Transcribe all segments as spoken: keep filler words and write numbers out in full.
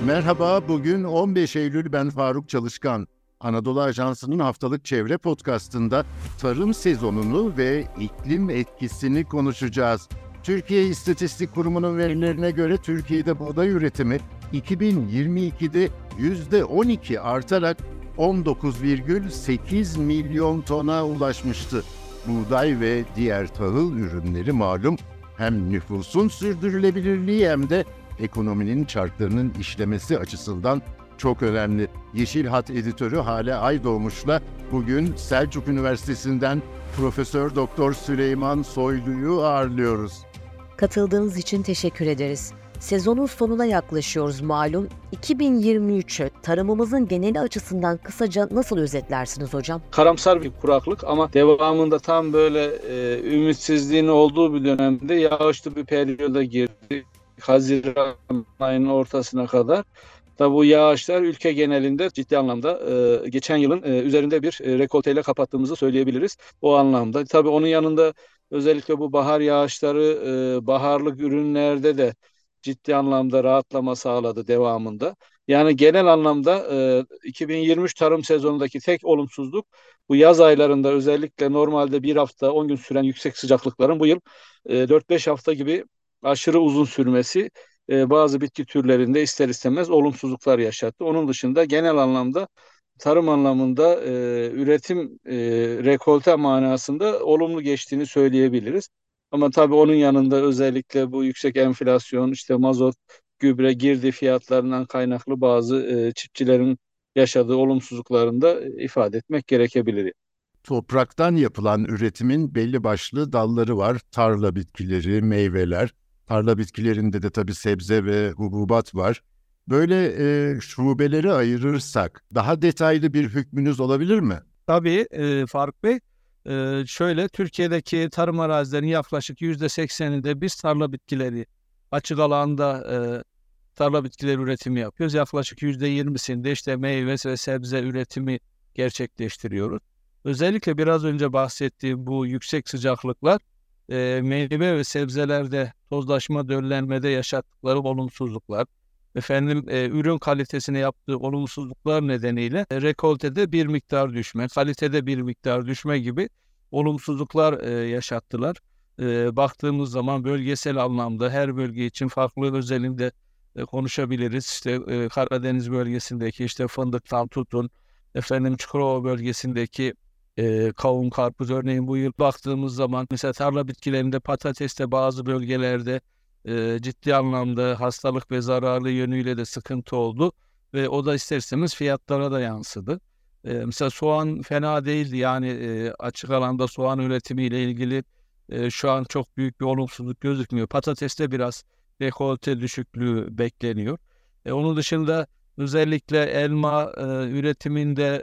Merhaba, bugün on beş Eylül, ben Faruk Çalışkan. Anadolu Ajansı'nın haftalık çevre podcastında tarım sezonunu ve iklim etkisini konuşacağız. Türkiye İstatistik Kurumu'nun verilerine göre Türkiye'de buğday üretimi iki bin yirmi ikide yüzde on iki artarak on dokuz virgül sekiz milyon tona ulaşmıştı. Buğday ve diğer tahıl ürünleri malum hem nüfusun sürdürülebilirliği hem de ekonominin çarklarının işlemesi açısından çok önemli. Yeşil Hat editörü Hale Aydoğmuş'la bugün Selçuk Üniversitesi'nden Profesör Doktor Süleyman Soylu'yu ağırlıyoruz. Katıldığınız için teşekkür ederiz. Sezonun sonuna yaklaşıyoruz malum. iki bin yirmi üçü tarımımızın geneli açısından kısaca nasıl özetlersiniz hocam? Karamsar bir kuraklık ama devamında tam böyle e, ümitsizliğin olduğu bir dönemde yağışlı bir periyoda girdik. Haziran ayının ortasına kadar da bu yağışlar ülke genelinde ciddi anlamda e, geçen yılın e, üzerinde bir e, rekolteyle kapattığımızı söyleyebiliriz. O anlamda tabii onun yanında özellikle bu bahar yağışları e, baharlık ürünlerde de ciddi anlamda rahatlama sağladı devamında. Yani genel anlamda e, iki bin yirmi üç tarım sezonundaki tek olumsuzluk bu yaz aylarında özellikle normalde bir hafta on gün süren yüksek sıcaklıkların bu yıl e, dört beş hafta gibi aşırı uzun sürmesi e, bazı bitki türlerinde ister istemez olumsuzluklar yaşattı. Onun dışında genel anlamda tarım anlamında e, üretim e, rekolte manasında olumlu geçtiğini söyleyebiliriz. Ama tabii onun yanında özellikle bu yüksek enflasyon, işte mazot, gübre, girdi fiyatlarından kaynaklı bazı e, çiftçilerin yaşadığı olumsuzluklarını da ifade etmek gerekebilir. Topraktan yapılan üretimin belli başlı dalları var. Tarla bitkileri, meyveler. Tarla bitkilerinde de tabii sebze ve hububat var. Böyle e, şubeleri ayırırsak daha detaylı bir hükmünüz olabilir mi? Tabii e, Faruk Bey. E, şöyle Türkiye'deki tarım arazilerinin yaklaşık yüzde sekseninde biz tarla bitkileri açık alanda e, tarla bitkileri üretimi yapıyoruz. Yaklaşık yüzde yirmisinde işte meyve ve sebze üretimi gerçekleştiriyoruz. Özellikle biraz önce bahsettiğim bu yüksek sıcaklıklar e, meyve ve sebzelerde tozlaşma, döllenmede yaşattıkları olumsuzluklar, efendim e, ürün kalitesine yaptığı olumsuzluklar nedeniyle e, rekoltede bir miktar düşme, kalitede bir miktar düşme gibi olumsuzluklar e, yaşattılar. E, baktığımız zaman bölgesel anlamda her bölge için farklı özelinde e, konuşabiliriz. İşte e, Karadeniz bölgesindeki işte fındıktan tutun, efendim Çukurova bölgesindeki e, kavun, karpuz örneğin bu yıl baktığımız zaman mesela tarla bitkilerinde patateste bazı bölgelerde e, ciddi anlamda hastalık ve zararlı yönüyle de sıkıntı oldu ve o da ister istemez fiyatlara da yansıdı. E, mesela soğan fena değildi, yani e, açık alanda soğan üretimiyle ilgili e, şu an çok büyük bir olumsuzluk gözükmüyor. Patateste biraz rekolte düşüklüğü bekleniyor. E, onun dışında özellikle elma e, üretiminde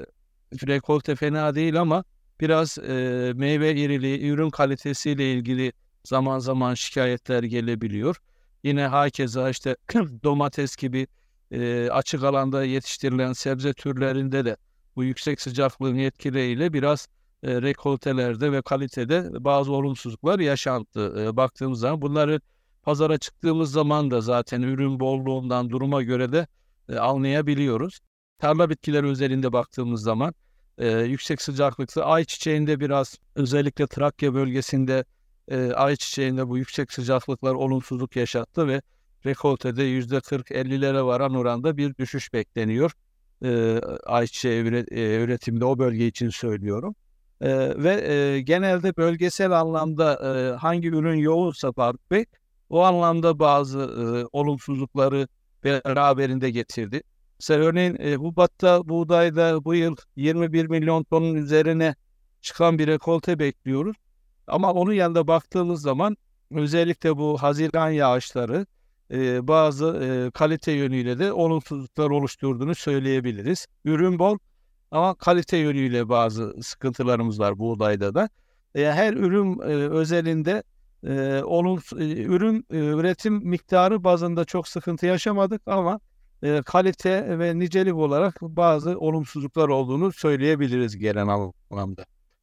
e, rekolte fena değil ama biraz e, meyve iriliği, ürün kalitesiyle ilgili zaman zaman şikayetler gelebiliyor. Yine hakeza işte domates gibi e, açık alanda yetiştirilen sebze türlerinde de bu yüksek sıcaklığın etkileriyle biraz e, rekoltelerde ve kalitede bazı olumsuzluklar yaşandı. E, baktığımız zaman bunları pazara çıktığımız zaman da zaten ürün bolluğundan duruma göre de e, anlayabiliyoruz. Tarla bitkileri özelinde baktığımız zaman e, yüksek sıcaklıkta ayçiçeğinde biraz özellikle Trakya bölgesinde e, ayçiçeğinde bu yüksek sıcaklıklar olumsuzluk yaşattı ve rekoltede yüzde kırk ellilere varan oranda bir düşüş bekleniyor. E, ayçiçeği üret, e, üretimde o bölge için söylüyorum. E, ve e, genelde bölgesel anlamda e, hangi ürün yoğunsa Faruk Bey, o anlamda bazı e, olumsuzlukları beraberinde getirdi. Mesela örneğin e, hububatta, buğdayda bu yıl yirmi bir milyon tonun üzerine çıkan bir rekolte bekliyoruz. Ama onun yanında baktığımız zaman özellikle bu Haziran yağışları e, bazı e, kalite yönüyle de olumsuzluklar oluşturduğunu söyleyebiliriz. Ürün bol ama kalite yönüyle bazı sıkıntılarımız var buğdayda da. E, her ürün e, özelinde e, olumsuz, e, ürün e, üretim miktarı bazında çok sıkıntı yaşamadık ama e, kalite ve nicelik olarak bazı olumsuzluklar olduğunu söyleyebiliriz genel anlamda.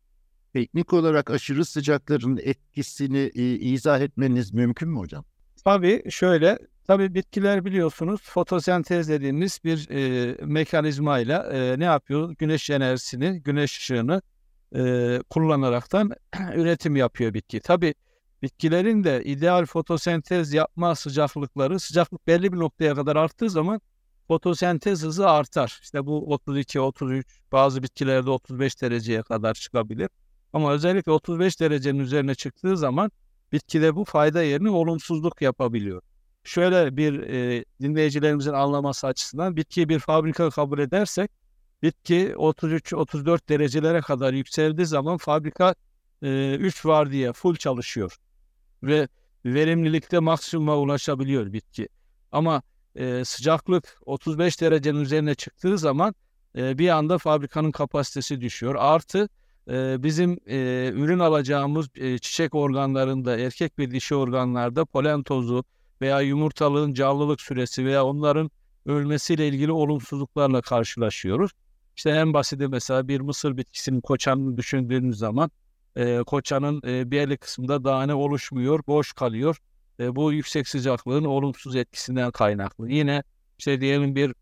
Teknik olarak aşırı sıcakların etkisini e, izah etmeniz mümkün mü hocam? Tabii şöyle, Tabii bitkiler biliyorsunuz fotosentez dediğimiz bir e, mekanizmayla e, ne yapıyor? Güneş enerjisini, güneş ışığını e, kullanaraktan üretim yapıyor bitki. Tabii bitkilerin de ideal fotosentez yapma sıcaklıkları, sıcaklık belli bir noktaya kadar arttığı zaman fotosentez hızı artar. İşte bu otuz iki, otuz üç, bazı bitkilerde otuz beş dereceye kadar çıkabilir. Ama özellikle otuz beş derecenin üzerine çıktığı zaman bitkide bu fayda yerine olumsuzluk yapabiliyor. Şöyle bir e, dinleyicilerimizin anlaması açısından bitkiyi bir fabrika kabul edersek, bitki otuz üç otuz dört derecelere kadar yükseldiği zaman fabrika e, üç var diye full çalışıyor ve verimlilikte maksimuma ulaşabiliyor bitki. Ama e, sıcaklık otuz beş derecenin üzerine çıktığı zaman e, bir anda fabrikanın kapasitesi düşüyor. Artı e, bizim e, ürün alacağımız e, çiçek organlarında, erkek ve dişi organlarda polen tozu veya yumurtalığın canlılık süresi veya onların ölmesiyle ilgili olumsuzluklarla karşılaşıyoruz. İşte en basiti mesela bir mısır bitkisinin koçanını düşündüğünüz zaman e, koçanın e, belli kısmında tane oluşmuyor, boş kalıyor. E, bu yüksek sıcaklığın olumsuz etkisinden kaynaklı. Yine işte diyelim bir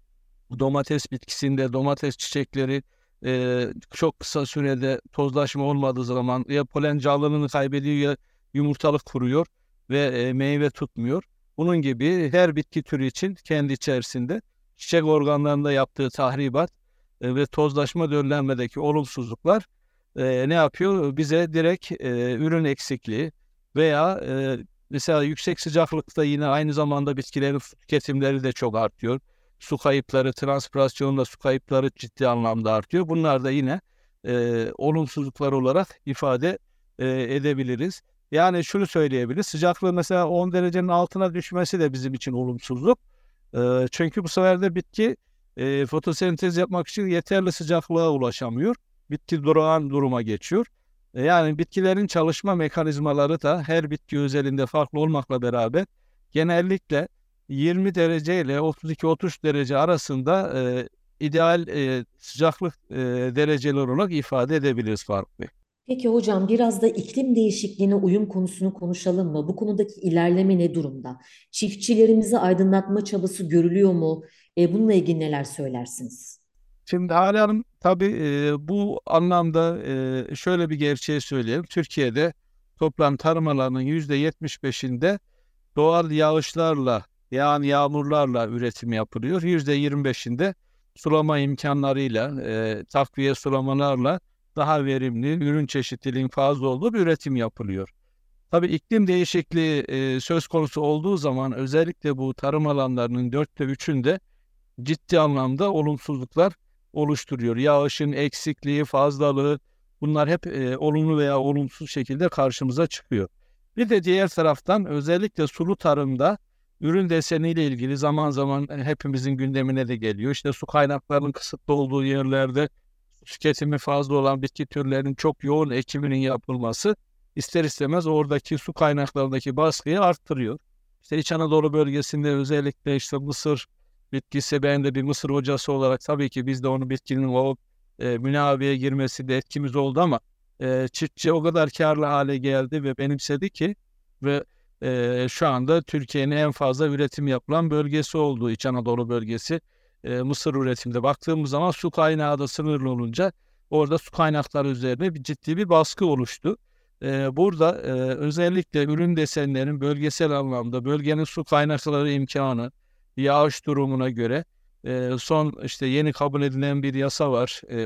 domates bitkisinde domates çiçekleri e, çok kısa sürede tozlaşma olmadığı zaman ya polen canlılığını kaybediyor ya yumurtalık kuruyor ve e, meyve tutmuyor. Bunun gibi her bitki türü için kendi içerisinde çiçek organlarında yaptığı tahribat e, ve tozlaşma döllenmedeki olumsuzluklar e, ne yapıyor? Bize direkt e, ürün eksikliği veya e, mesela yüksek sıcaklıkta yine aynı zamanda bitkilerin su tüketimleri de çok artıyor. Su kayıpları, transpirasyonla su kayıpları ciddi anlamda artıyor. Bunlar da yine e, olumsuzluklar olarak ifade e, edebiliriz. Yani şunu söyleyebiliriz. Sıcaklığın mesela on derecenin altına düşmesi de bizim için olumsuzluk. E, çünkü bu sefer de bitki e, fotosentez yapmak için yeterli sıcaklığa ulaşamıyor. Bitki durağan duruma geçiyor. E, yani bitkilerin çalışma mekanizmaları da her bitki özelinde farklı olmakla beraber genellikle yirmi derece ile otuz iki otuz üç derece arasında e, ideal e, sıcaklık e, dereceleri olarak ifade edebiliriz Faruk Bey. Peki hocam biraz da iklim değişikliğine uyum konusunu konuşalım mı? Bu konudaki ilerleme ne durumda? Çiftçilerimizi aydınlatma çabası görülüyor mu? E, bununla ilgili neler söylersiniz? Şimdi Hale Hanım tabii e, bu anlamda e, şöyle bir gerçeği söyleyelim. Türkiye'de toplam tarım alanının yüzde yetmiş beşinde doğal yağışlarla yani yağmurlarla üretim yapılıyor. yüzde yirmi beşinde sulama imkanlarıyla, e, takviye sulamalarla daha verimli, ürün çeşitliliğin fazla olduğu bir üretim yapılıyor. Tabii iklim değişikliği e, söz konusu olduğu zaman özellikle bu tarım alanlarının dörtte üçünde ciddi anlamda olumsuzluklar oluşturuyor. Yağışın eksikliği, fazlalığı bunlar hep e, olumlu veya olumsuz şekilde karşımıza çıkıyor. Bir de diğer taraftan özellikle sulu tarımda ürün deseniyle ilgili zaman zaman hepimizin gündemine de geliyor. İşte su kaynaklarının kısıtlı olduğu yerlerde tüketimi fazla olan bitki türlerinin çok yoğun ekiminin yapılması ister istemez oradaki su kaynaklarındaki baskıyı arttırıyor. İşte İç Anadolu bölgesinde özellikle işte mısır bitkisi, ben de bir mısır hocası olarak tabii ki biz de onu bitkinin o e, münaveye girmesinde etkimiz oldu ama e, çiftçi o kadar karlı hale geldi ve benimsedi ki ve e, şu anda Türkiye'nin en fazla üretim yapılan bölgesi olduğu İç Anadolu bölgesi e, mısır üretimde baktığımız zaman su kaynağı da sınırlı olunca orada su kaynakları üzerine bir ciddi bir baskı oluştu. E, burada e, özellikle ürün desenlerinin bölgesel anlamda bölgenin su kaynakları imkanı, yağış durumuna göre e, son işte yeni kabul edilen bir yasa var. E,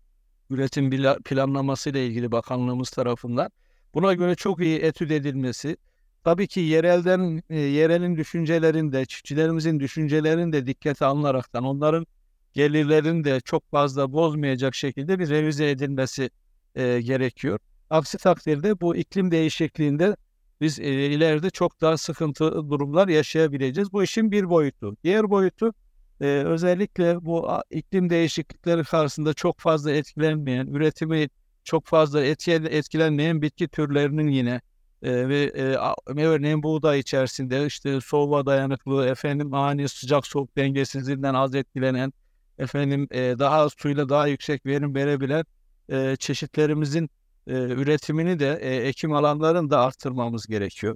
üretim bila- planlaması ile ilgili bakanlığımız tarafından. Buna göre çok iyi etüt edilmesi, tabii ki yerelden e, yerelin düşüncelerinde, çiftçilerimizin düşüncelerinde dikkate alınaraktan onların gelirlerini de çok fazla bozmayacak şekilde bir revize edilmesi e, gerekiyor. Aksi takdirde bu iklim değişikliğinde biz e, ileride çok daha sıkıntı durumlar yaşayabileceğiz. Bu işin bir boyutu. Diğer boyutu e, özellikle bu a, iklim değişiklikleri karşısında çok fazla etkilenmeyen, üretimi çok fazla etki- etkilenmeyen bitki türlerinin yine e, ve e, a- örneğin buğday içerisinde işte soğuğa dayanıklı, efendim ani sıcak soğuk dengesizliğinden az etkilenen, efendim e, daha az suyla daha yüksek verim verebilen e, çeşitlerimizin e, üretimini de e, ekim alanlarını da arttırmamız gerekiyor.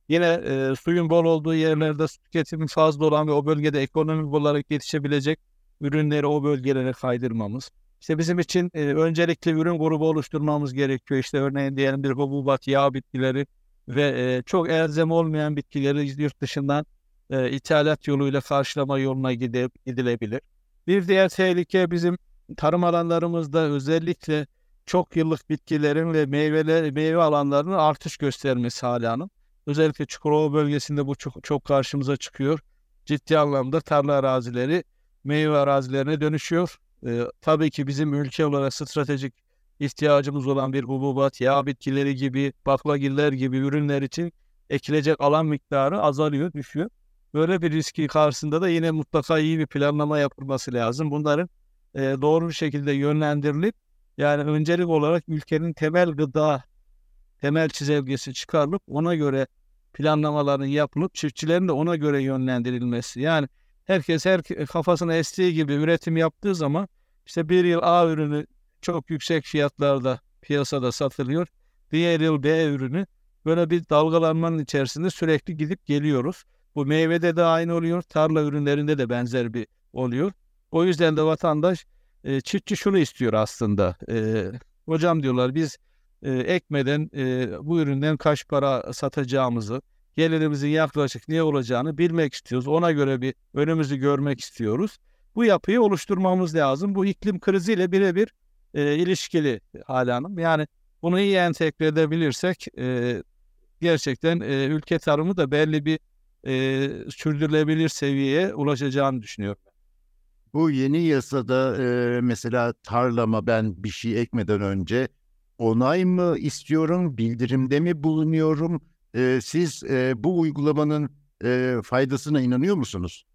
Yine e, suyun bol olduğu yerlerde su tüketimi fazla olan ve o bölgede ekonomik olarak yetişebilecek ürünleri o bölgelere kaydırmamız. İşte bizim için e, öncelikle ürün grubu oluşturmamız gerekiyor. İşte örneğin diyelim bir hububat, yağ bitkileri ve e, çok elzem olmayan bitkileri yurt dışından e, ithalat yoluyla karşılama yoluna gide, gidilebilir. Bir diğer tehlike bizim tarım alanlarımızda özellikle çok yıllık bitkilerin ve meyveler, meyve alanlarının artış göstermesi hala. Özellikle Çukurova bölgesinde bu çok, çok karşımıza çıkıyor. Ciddi anlamda tarla arazileri meyve arazilerine dönüşüyor. Ee, tabii ki bizim ülke olarak stratejik ihtiyacımız olan bir hububat, yağ bitkileri gibi, baklagiller gibi ürünler için ekilecek alan miktarı azalıyor, düşüyor. Böyle bir riski karşısında da yine mutlaka iyi bir planlama yapılması lazım. Bunların e, doğru bir şekilde yönlendirilip yani öncelik olarak ülkenin temel gıda, temel çizelgesi çıkarılıp ona göre planlamaların yapılıp çiftçilerin de ona göre yönlendirilmesi. Yani herkes her kafasına estiği gibi üretim yaptığı zaman işte bir yıl A ürünü çok yüksek fiyatlarda piyasada satılıyor. Diğer yıl B ürünü böyle bir dalgalanmanın içerisinde sürekli gidip geliyoruz. Bu meyvede de aynı oluyor. Tarla ürünlerinde de benzer bir oluyor. O yüzden de vatandaş, e, çiftçi şunu istiyor aslında. E, hocam diyorlar biz e, ekmeden e, bu üründen kaç para satacağımızı, gelirimizin yaklaşık ne olacağını bilmek istiyoruz. Ona göre bir önümüzü görmek istiyoruz. Bu yapıyı oluşturmamız lazım. Bu iklim kriziyle birebir e, ilişkili Hale Hanım. Yani bunu iyi entegre edebilirsek e, gerçekten e, ülke tarımı da belli bir e, sürdürülebilir seviyeye ulaşacağını düşünüyorum. Bu yeni yasada e, mesela tarlama ben bir şey ekmeden önce onay mı istiyorum, bildirimde mi bulunuyorum? E, siz e, bu uygulamanın e, faydasına inanıyor musunuz?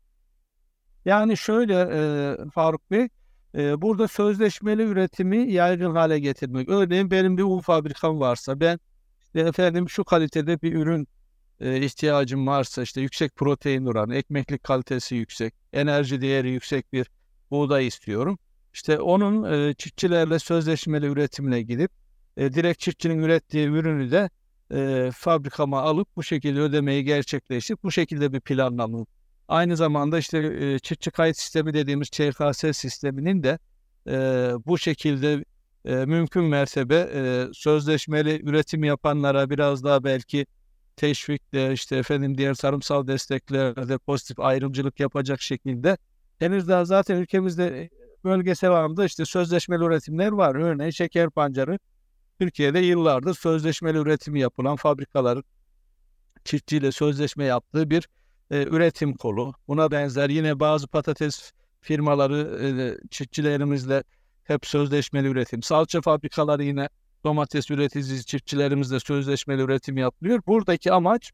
Yani şöyle e, Faruk Bey, e, burada sözleşmeli üretimi yaygın hale getirmek. Örneğin benim bir un fabrikam varsa ben işte efendim şu kalitede bir ürün e, ihtiyacım varsa işte yüksek protein oranı, ekmeklik kalitesi yüksek, enerji değeri yüksek bir buğday istiyorum. İşte onun e, çiftçilerle sözleşmeli üretimine gidip e, direkt çiftçinin ürettiği ürünü de e, fabrikama alıp bu şekilde ödemeyi gerçekleştirip bu şekilde bir planlama. Aynı zamanda işte e, çiftçi kayıt sistemi dediğimiz Ç K S sisteminin de e, bu şekilde e, mümkün mertebe e, sözleşmeli üretim yapanlara biraz daha belki teşvikle işte efendim diğer tarımsal desteklerde pozitif ayrımcılık yapacak şekilde henüz daha zaten ülkemizde bölgesel anlamda işte sözleşmeli üretimler var. Örneğin şeker pancarı Türkiye'de yıllardır sözleşmeli üretimi yapılan fabrikaların çiftçiyle sözleşme yaptığı bir e, üretim kolu. Buna benzer yine bazı patates firmaları e, çiftçilerimizle hep sözleşmeli üretim. Salça fabrikaları yine domates üreticisi çiftçilerimizle sözleşmeli üretim yapılıyor. Buradaki amaç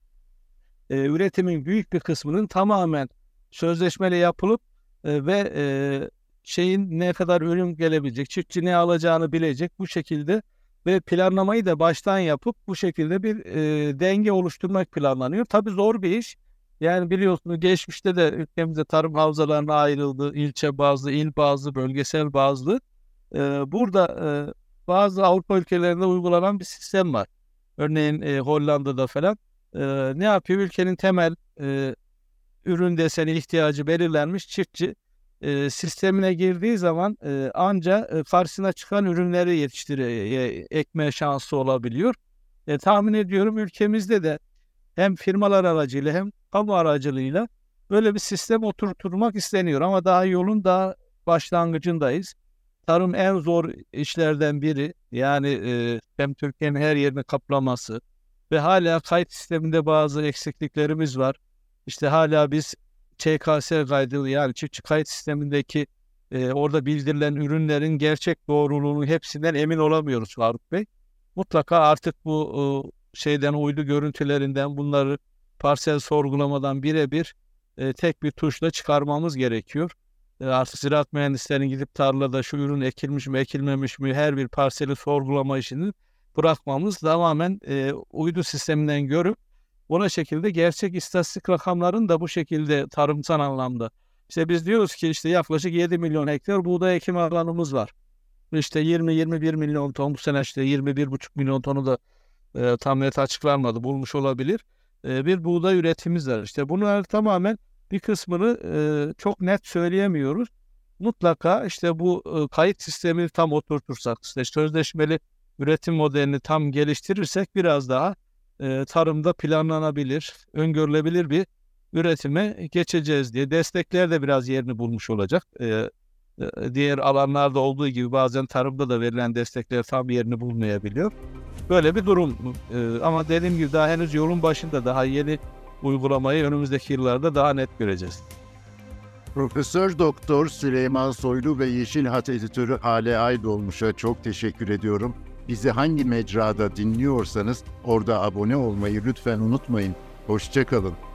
e, üretimin büyük bir kısmının tamamen sözleşmeli yapılıp e, ve e, şeyin ne kadar ürün gelebilecek, çiftçi ne alacağını bilecek bu şekilde ve planlamayı da baştan yapıp bu şekilde bir e, denge oluşturmak planlanıyor. Tabii zor bir iş. Yani biliyorsunuz geçmişte de ülkemizde tarım havzalarına ayrıldı. İlçe bazlı, il bazlı, bölgesel bazlı. E, burada e, bazı Avrupa ülkelerinde uygulanan bir sistem var. Örneğin e, Hollanda'da falan. E, ne yapıyor? Ülkenin temel e, ürün deseni ihtiyacı belirlenmiş çiftçi e, sistemine girdiği zaman e, anca e, karşısına çıkan ürünleri yetiştire, e, ekme şansı olabiliyor. E, tahmin ediyorum ülkemizde de hem firmalar aracıyla hem kamu aracılığıyla böyle bir sistem oturtulmak isteniyor ama daha yolun daha başlangıcındayız. Tarım en zor işlerden biri. Yani e, hem Türkiye'nin her yerini kaplaması ve hala kayıt sisteminde bazı eksikliklerimiz var. İşte hala biz Ç K S kaydı yani çiftçi kayıt sistemindeki e, orada bildirilen ürünlerin gerçek doğruluğunu hepsinden emin olamıyoruz Faruk Bey. Mutlaka artık bu e, şeyden uydu görüntülerinden bunları parsel sorgulamadan birebir e, tek bir tuşla çıkarmamız gerekiyor. E, artık ziraat mühendislerinin gidip tarlada şu ürün ekilmiş mi ekilmemiş mi her bir parseli sorgulama işini bırakmamız tamamen e, uydu sisteminden görüp buna şekilde gerçek istatistik rakamların da bu şekilde tarımsal anlamda. İşte biz diyoruz ki işte yaklaşık yedi milyon hektar buğday ekim alanımız var. İşte yirmi yirmi bir milyon ton bu sene işte yirmi bir buçuk milyon tonu da e, tam net açıklanmadı bulmuş olabilir. e, bir buğday üretimimiz var. İşte bunlar tamamen bir kısmını e, çok net söyleyemiyoruz. Mutlaka işte bu e, kayıt sistemini tam oturtursak, işte sözleşmeli üretim modelini tam geliştirirsek biraz daha e, tarımda planlanabilir, öngörülebilir bir üretime geçeceğiz diye. Destekler de biraz yerini bulmuş olacak. E, e, diğer alanlarda olduğu gibi bazen tarımda da verilen destekler tam yerini bulmayabiliyor. Böyle bir durum. E, ama dediğim gibi daha henüz yolun başında, daha yeni uygulamayı önümüzdeki yıllarda daha net göreceğiz. Profesör Doktor Süleyman Soylu ve Yeşil Hat editörü Hale Aydoğmuş'a çok teşekkür ediyorum. Bizi hangi mecrada dinliyorsanız orada abone olmayı lütfen unutmayın. Hoşça kalın.